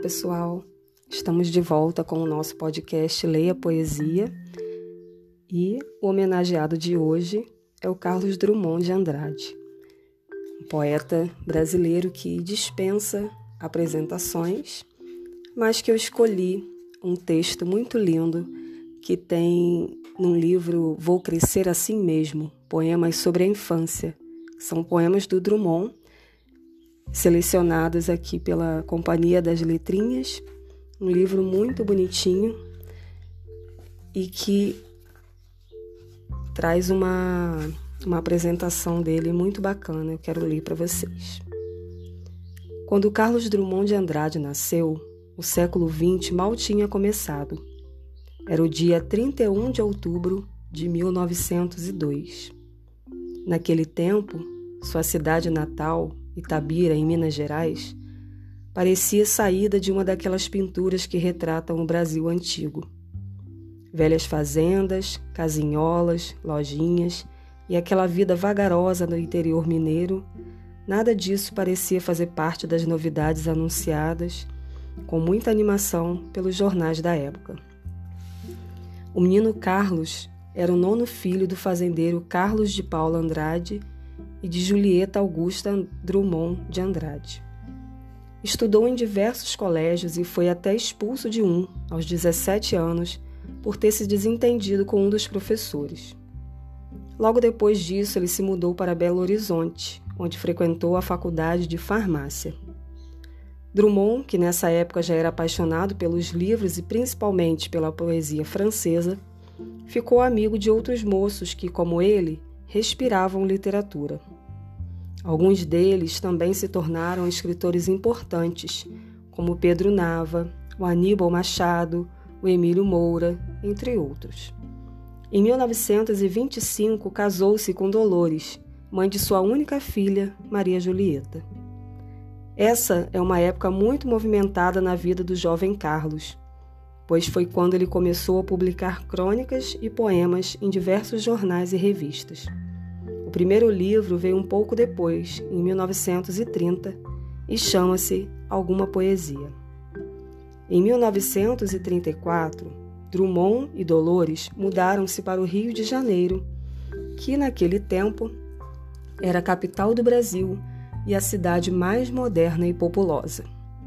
pessoal! Estamos de volta com o nosso podcast Leia Poesia e o homenageado de hoje é o Carlos Drummond de Andrade, um poeta brasileiro que dispensa apresentações, mas que eu escolhi um texto muito lindo que tem num livro Vou Crescer Assim Mesmo, poemas sobre a infância, que são poemas do Drummond, selecionados aqui pela Companhia das Letrinhas, um livro muito bonitinho e que traz uma apresentação dele muito bacana. Eu quero ler para vocês. Quando Carlos Drummond de Andrade nasceu, o século XX mal tinha começado. Era o dia 31 de outubro de 1902. Naquele tempo, sua cidade natal, Itabira, em Minas Gerais, parecia saída de uma daquelas pinturas que retratam o Brasil antigo. Velhas fazendas, casinholas, lojinhas e aquela vida vagarosa no interior mineiro, nada disso parecia fazer parte das novidades anunciadas com muita animação pelos jornais da época. O menino Carlos era o nono filho do fazendeiro Carlos de Paula Andrade e de Julieta Augusta Drummond de Andrade. Estudou em diversos colégios e foi até expulso de um, aos 17 anos, por ter se desentendido com um dos professores. Logo depois disso, ele se mudou para Belo Horizonte, onde frequentou a faculdade de farmácia. Drummond, que nessa época já era apaixonado pelos livros e principalmente pela poesia francesa, ficou amigo de outros moços que, como ele, respiravam literatura. Alguns deles também se tornaram escritores importantes, como Pedro Nava, o Aníbal Machado, o Emílio Moura, entre outros. Em 1925, casou-se com Dolores, mãe de sua única filha, Maria Julieta. Essa é uma época muito movimentada na vida do jovem Carlos, pois foi quando ele começou a publicar crônicas e poemas em diversos jornais e revistas. O primeiro livro veio um pouco depois, em 1930, e chama-se Alguma Poesia. Em 1934, Drummond e Dolores mudaram-se para o Rio de Janeiro, que naquele tempo era a capital do Brasil e a cidade mais moderna e populosa.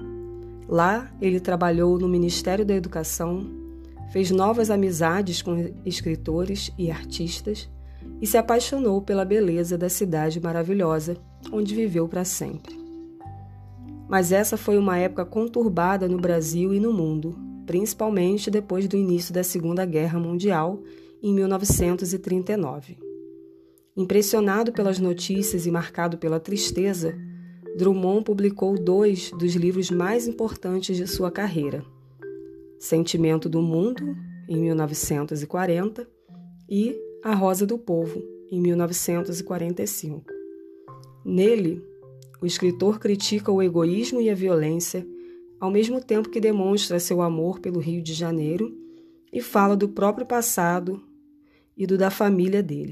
Lá, ele trabalhou no Ministério da Educação, fez novas amizades com escritores e artistas e se apaixonou pela beleza da cidade maravilhosa, onde viveu para sempre. Mas essa foi uma época conturbada no Brasil e no mundo, principalmente depois do início da Segunda Guerra Mundial, em 1939. Impressionado pelas notícias e marcado pela tristeza, Drummond publicou 2 dos livros mais importantes de sua carreira: Sentimento do Mundo, em 1940, e A Rosa do Povo, em 1945. Nele, o escritor critica o egoísmo e a violência, ao mesmo tempo que demonstra seu amor pelo Rio de Janeiro e fala do próprio passado e do da família dele.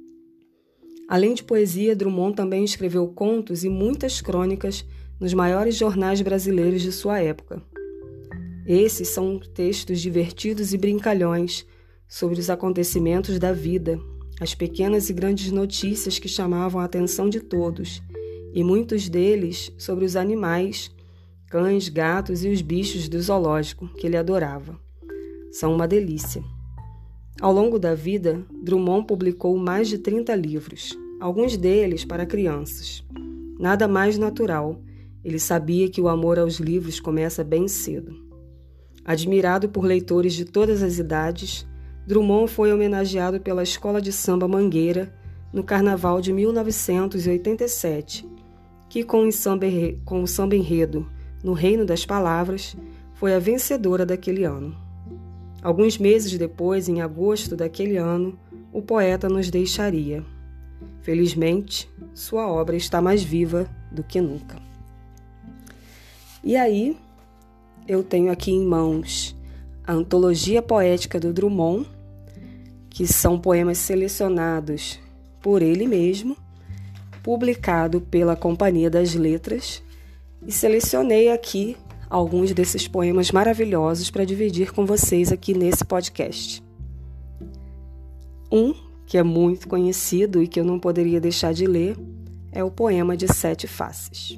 Além de poesia, Drummond também escreveu contos e muitas crônicas nos maiores jornais brasileiros de sua época. Esses são textos divertidos e brincalhões sobre os acontecimentos da vida, as pequenas e grandes notícias que chamavam a atenção de todos, e muitos deles sobre os animais, cães, gatos e os bichos do zoológico, que ele adorava. São uma delícia. Ao longo da vida, Drummond publicou mais de 30 livros, alguns deles para crianças. Nada mais natural, ele sabia que o amor aos livros começa bem cedo. Admirado por leitores de todas as idades, Drummond foi homenageado pela Escola de Samba Mangueira no Carnaval de 1987, que com o samba enredo No Reino das Palavras, foi a vencedora daquele ano. Alguns meses depois, em agosto daquele ano, o poeta nos deixaria. Felizmente, sua obra está mais viva do que nunca. E aí, eu tenho aqui em mãos a Antologia Poética do Drummond, que são poemas selecionados por ele mesmo, publicado pela Companhia das Letras, e selecionei aqui alguns desses poemas maravilhosos para dividir com vocês aqui nesse podcast. Um que é muito conhecido e que eu não poderia deixar de ler é o poema de 7 faces.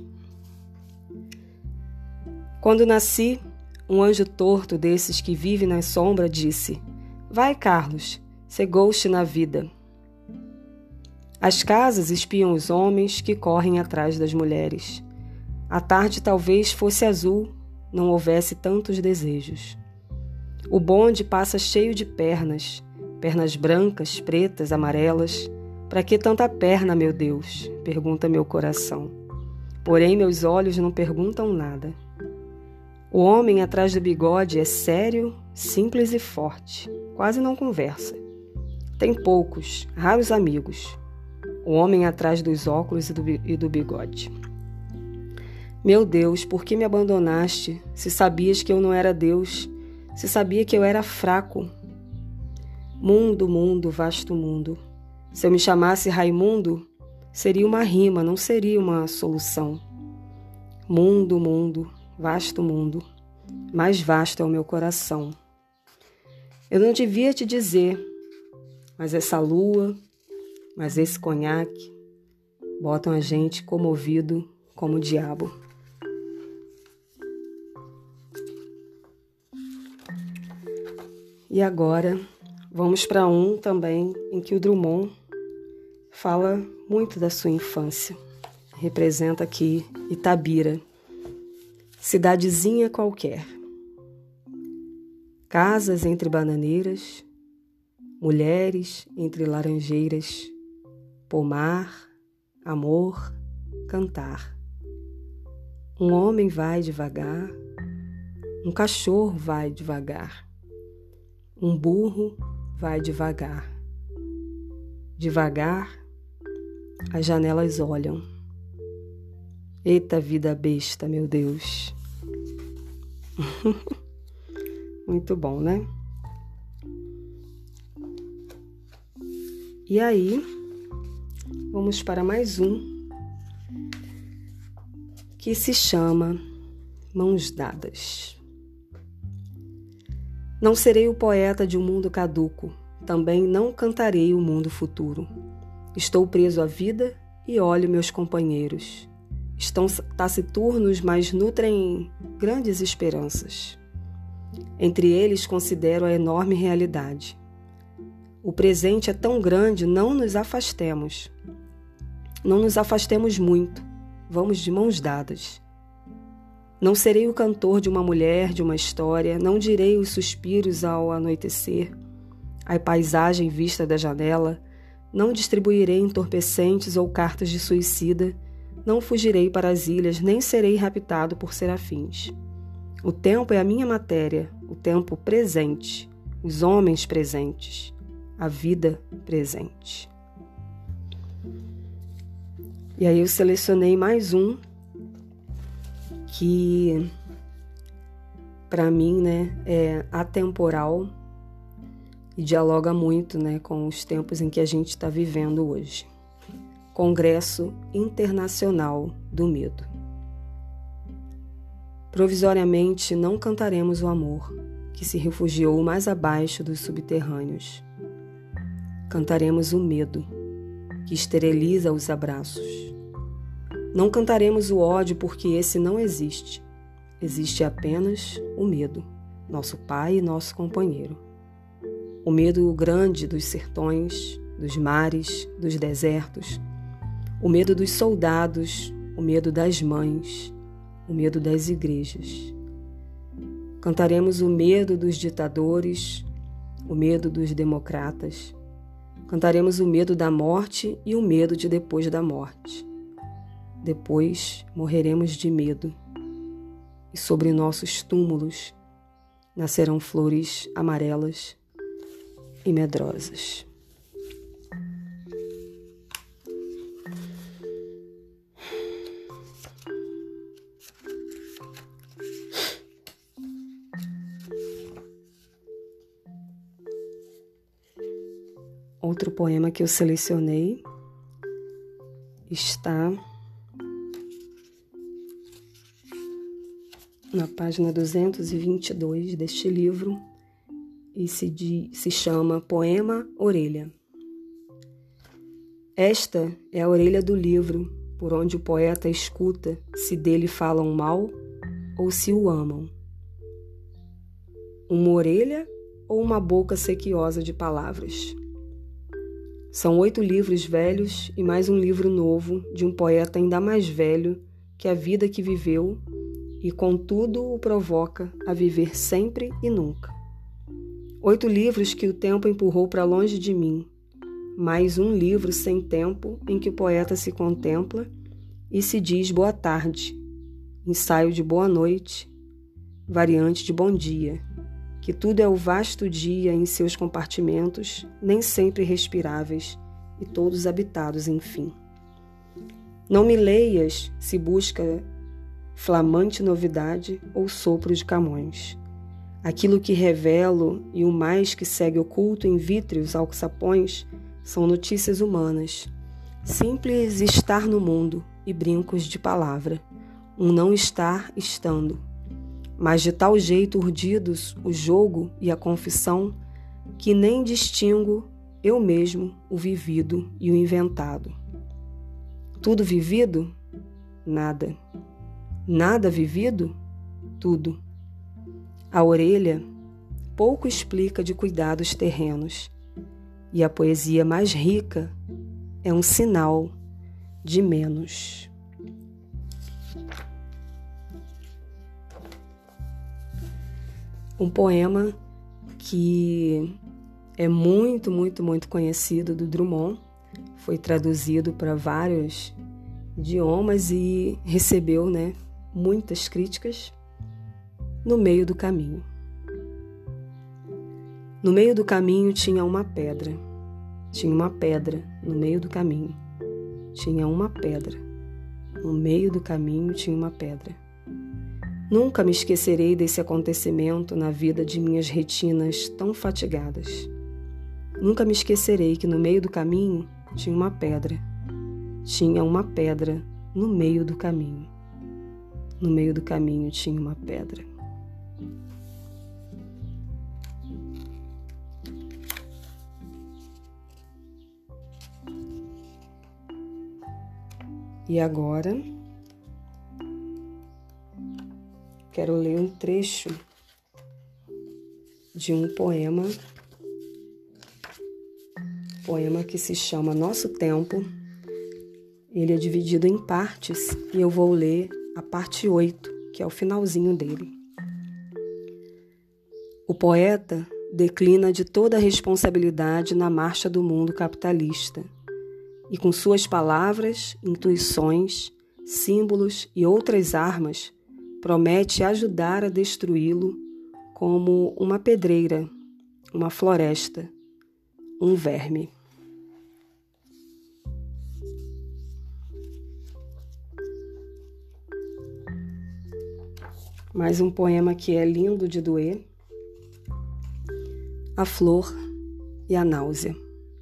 Quando nasci, um anjo torto desses que vive na sombra disse: "Vai, Carlos, cegou-te na vida." As casas espiam os homens que correm atrás das mulheres. A tarde talvez fosse azul, não houvesse tantos desejos. O bonde passa cheio de pernas brancas, pretas, amarelas. Para que tanta perna, meu Deus? Pergunta meu coração. Porém, meus olhos não perguntam nada. O homem atrás do bigode é sério, simples e forte. Quase não conversa. Tem poucos, raros amigos. O homem atrás dos óculos e do bigode. Meu Deus, por que me abandonaste? Se sabias que eu não era Deus, se sabia que eu era fraco. Mundo, mundo, vasto mundo. Se eu me chamasse Raimundo, seria uma rima, não seria uma solução. Mundo, mundo, vasto mundo. Mais vasto é o meu coração. Eu não devia te dizer, mas essa lua, mas esse conhaque, botam a gente comovido como o diabo. E agora, vamos para um também em que o Drummond fala muito da sua infância. Representa aqui Itabira, cidadezinha qualquer. Casas entre bananeiras, mulheres entre laranjeiras, pomar, amor, cantar. Um homem vai devagar, um cachorro vai devagar. Um burro vai devagar. Devagar, as janelas olham. Eita vida besta, meu Deus. Muito bom, né? E aí, vamos para mais um que se chama Mãos Dadas. Não serei o poeta de um mundo caduco, também não cantarei o mundo futuro. Estou preso à vida e olho meus companheiros. Estão taciturnos, mas nutrem grandes esperanças. Entre eles considero a enorme realidade. O presente é tão grande, não nos afastemos. Não nos afastemos muito, vamos de mãos dadas. Não serei o cantor de uma mulher, de uma história, não direi os suspiros ao anoitecer, a paisagem vista da janela, não distribuirei entorpecentes ou cartas de suicida, não fugirei para as ilhas, nem serei raptado por serafins. O tempo é a minha matéria, o tempo presente, os homens presentes, a vida presente. E aí eu selecionei mais um que, para mim, né, é atemporal e dialoga muito, né, com os tempos em que a gente está vivendo hoje. Congresso Internacional do Medo. Provisoriamente não cantaremos o amor, que se refugiou mais abaixo dos subterrâneos. Cantaremos o medo, que esteriliza os abraços. Não cantaremos o ódio, porque esse não existe. Existe apenas o medo, nosso pai e nosso companheiro. O medo grande dos sertões, dos mares, dos desertos. O medo dos soldados, o medo das mães, o medo das igrejas. Cantaremos o medo dos ditadores, o medo dos democratas. Cantaremos o medo da morte e o medo de depois da morte. Depois morreremos de medo, e sobre nossos túmulos nascerão flores amarelas e medrosas. Outro poema que eu selecionei está na página 222 deste livro e se chama Poema Orelha. Esta é a orelha do livro, por onde o poeta escuta se dele falam mal ou se o amam. Uma orelha ou uma boca sequiosa de palavras? São 8 livros velhos e mais um livro novo de um poeta ainda mais velho que a vida que viveu e, contudo, o provoca a viver sempre e nunca. 8 livros que o tempo empurrou para longe de mim, mais um livro sem tempo em que o poeta se contempla e se diz boa tarde, ensaio de boa noite, variante de bom dia, que tudo é o vasto dia em seus compartimentos, nem sempre respiráveis e todos habitados, enfim. Não me leias se busca flamante novidade ou sopro de Camões. Aquilo que revelo e o mais que segue oculto em vítreos alçapões são notícias humanas, simples estar no mundo e brincos de palavra, um não estar estando, mas de tal jeito urdidos o jogo e a confissão que nem distingo eu mesmo o vivido e o inventado. Tudo vivido? Nada. Nada vivido? Tudo. A orelha pouco explica de cuidados terrenos, e a poesia mais rica é um sinal de menos. Um poema que é muito, muito, muito conhecido do Drummond, foi traduzido para vários idiomas e recebeu, muitas críticas. No meio do caminho. No meio do caminho tinha uma pedra. Tinha uma pedra no meio do caminho. Tinha uma pedra. No meio do caminho tinha uma pedra. Nunca me esquecerei desse acontecimento na vida de minhas retinas tão fatigadas. Nunca me esquecerei que no meio do caminho tinha uma pedra. Tinha uma pedra no meio do caminho. No meio do caminho tinha uma pedra. E agora, quero ler um trecho de um poema que se chama Nosso Tempo. Ele é dividido em partes e eu vou ler a parte 8, que é o finalzinho dele. O poeta declina de toda a responsabilidade na marcha do mundo capitalista e com suas palavras, intuições, símbolos e outras armas promete ajudar a destruí-lo como uma pedreira, uma floresta, um verme. Mais um poema que é lindo de doer. A flor e a náusea.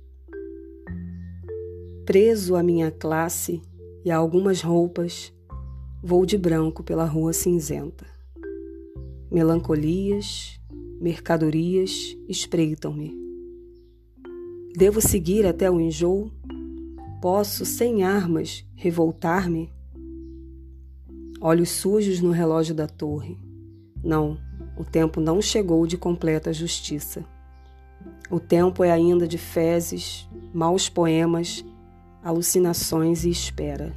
Preso à minha classe e a algumas roupas, vou de branco pela rua cinzenta. Melancolias, mercadorias espreitam-me. Devo seguir até o enjoo? Posso, sem armas, revoltar-me? Olhos sujos no relógio da torre. Não, o tempo não chegou de completa justiça. O tempo é ainda de fezes, maus poemas, alucinações e espera.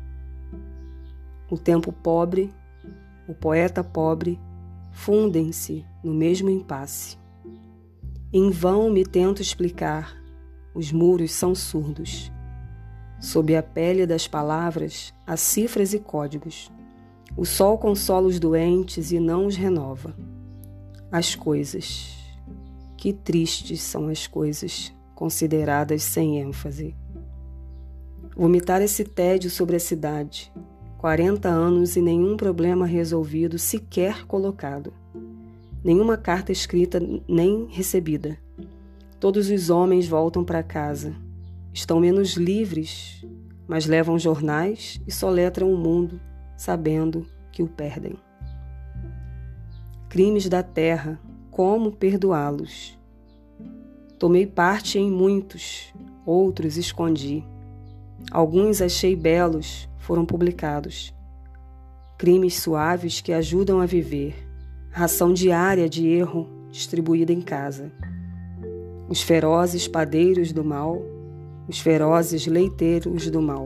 O tempo pobre, o poeta pobre, fundem-se no mesmo impasse. Em vão me tento explicar, os muros são surdos. Sob a pele das palavras, há cifras e códigos. O sol consola os doentes e não os renova. As coisas. Que tristes são as coisas, consideradas sem ênfase. Vomitar esse tédio sobre a cidade. 40 anos e nenhum problema resolvido sequer colocado. Nenhuma carta escrita nem recebida. Todos os homens voltam para casa. Estão menos livres, mas levam jornais e soletram o mundo, sabendo que o perdem. crimes da terra, como perdoá-los? Tomei parte em muitos, outros escondi. Alguns achei belos, foram publicados. Crimes suaves que ajudam a viver, ração diária de erro distribuída em casa. Os ferozes padeiros do mal, os ferozes leiteiros do mal.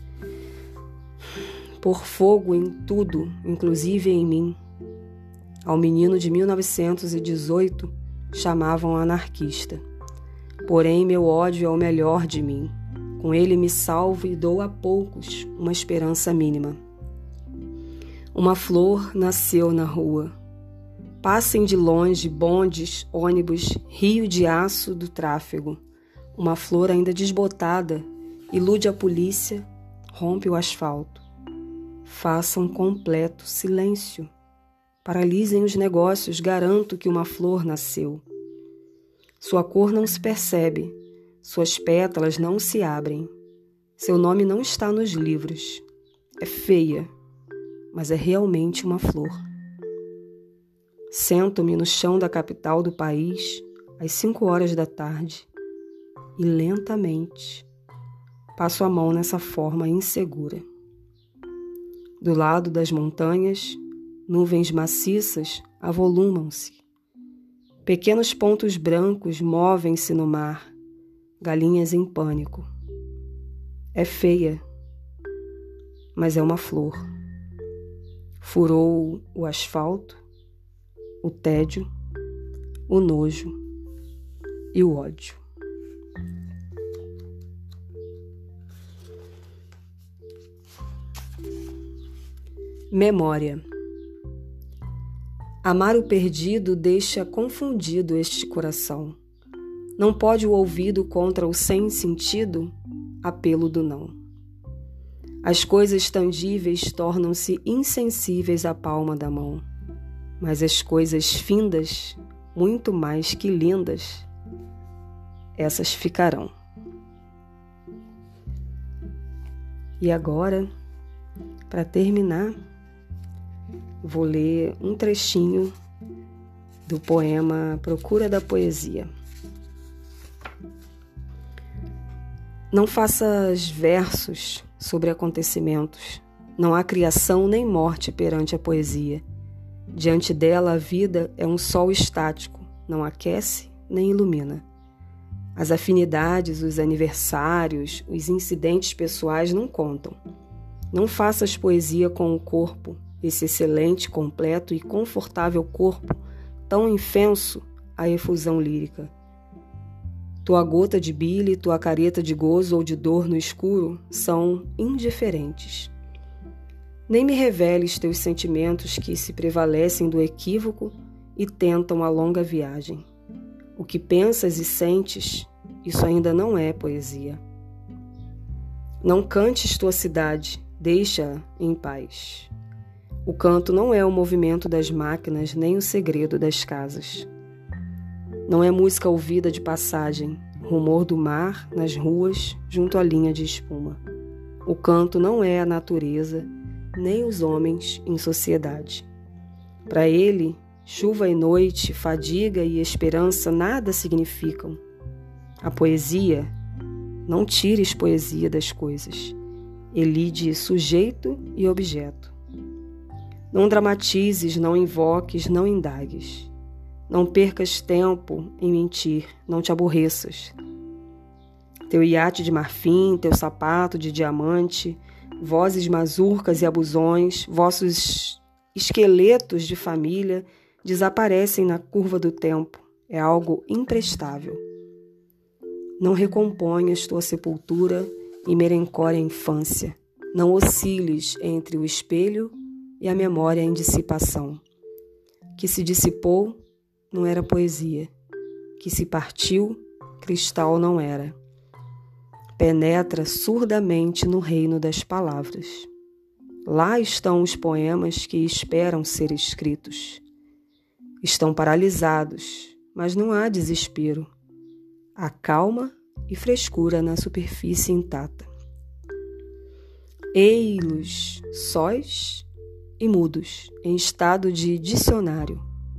Por fogo em tudo, inclusive em mim. Ao menino de 1918 chamavam anarquista. Porém, meu ódio é o melhor de mim. Com ele me salvo e dou a poucos uma esperança mínima. Uma flor nasceu na rua. Passem de longe bondes, ônibus, rio de aço do tráfego. Uma flor ainda desbotada ilude a polícia, rompe o asfalto. Façam completo silêncio. Paralisem os negócios, garanto que uma flor nasceu. Sua cor não se percebe, suas pétalas não se abrem. Seu nome não está nos livros. É feia, mas é realmente uma flor. Sento-me no chão da capital do país, às 5 horas da tarde, e lentamente passo a mão nessa forma insegura. Do lado das montanhas, nuvens maciças avolumam-se. Pequenos pontos brancos movem-se no mar, galinhas em pânico. É feia, mas é uma flor. Furou o asfalto, o tédio, o nojo e o ódio. Memória. Amar o perdido deixa confundido este coração. Não pode o ouvido contra o sem sentido, apelo do não. As coisas tangíveis tornam-se insensíveis à palma da mão, mas as coisas findas, muito mais que lindas, essas ficarão. E agora, para terminar, vou ler um trechinho do poema Procura da Poesia. Não faças versos sobre acontecimentos. Não há criação nem morte perante a poesia. Diante dela, a vida é um sol estático, não aquece nem ilumina. As afinidades, os aniversários, os incidentes pessoais não contam. Não faças poesia com o corpo, esse excelente, completo e confortável corpo, tão infenso à efusão lírica. Tua gota de bile, tua careta de gozo ou de dor no escuro são indiferentes. Nem me reveles teus sentimentos que se prevalecem do equívoco e tentam a longa viagem. O que pensas e sentes, isso ainda não é poesia. Não cantes tua cidade, deixa-a em paz. O canto não é o movimento das máquinas, nem o segredo das casas. Não é música ouvida de passagem, rumor do mar nas ruas junto à linha de espuma. O canto não é a natureza, nem os homens em sociedade. Para ele, chuva e noite, fadiga e esperança nada significam. A poesia, não tires poesia das coisas. Elide sujeito e objeto. Não dramatizes, não invoques, não indagues. Não percas tempo em mentir, não te aborreças. Teu iate de marfim, teu sapato de diamante, vozes mazurcas e abusões, vossos esqueletos de família desaparecem na curva do tempo. É algo imprestável. Não recomponhas tua sepultura e merencore a infância. Não osciles entre o espelho e a memória em dissipação. Que se dissipou não era poesia. Que se partiu, cristal não era. Penetra surdamente no reino das palavras. Lá estão os poemas que esperam ser escritos. Estão paralisados, mas não há desespero. Há calma e frescura na superfície intacta. Ei-los sós e mudos, em estado de dicionário.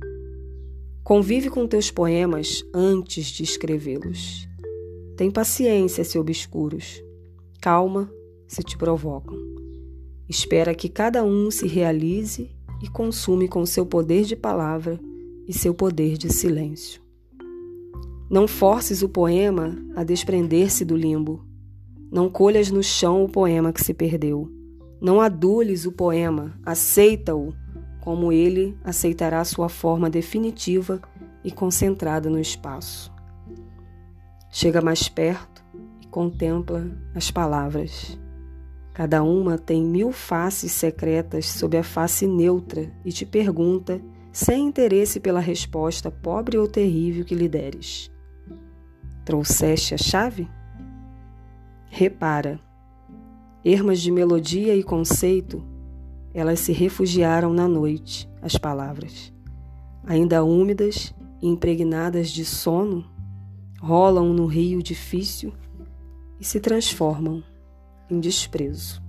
Convive com teus poemas antes de escrevê-los. Tem paciência se obscuros. Calma se te provocam. Espera que cada um se realize e consume com seu poder de palavra e seu poder de silêncio. Não forces o poema a desprender-se do limbo. Não colhas no chão o poema que se perdeu. Não adules o poema, aceita-o como ele aceitará sua forma definitiva e concentrada no espaço. Chega mais perto e contempla as palavras. Cada uma tem 1000 faces secretas sob a face neutra e te pergunta, sem interesse pela resposta pobre ou terrível que lhe deres: trouxeste a chave? Repara, ermas de melodia e conceito, elas se refugiaram na noite, as palavras. Ainda úmidas e impregnadas de sono, rolam no rio difícil e se transformam em desprezo.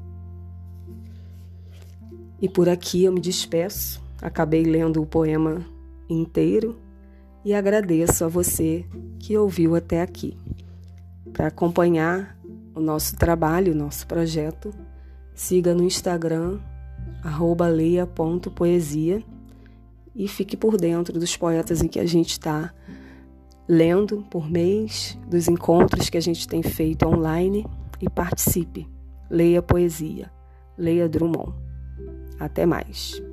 E por aqui eu me despeço. Acabei lendo o poema inteiro e agradeço a você que ouviu até aqui. Para acompanhar o nosso trabalho, o nosso projeto, siga no Instagram @leia.poesia e fique por dentro dos poetas em que a gente está lendo por mês, dos encontros que a gente tem feito online, e participe. Leia poesia. Leia Drummond. Até mais.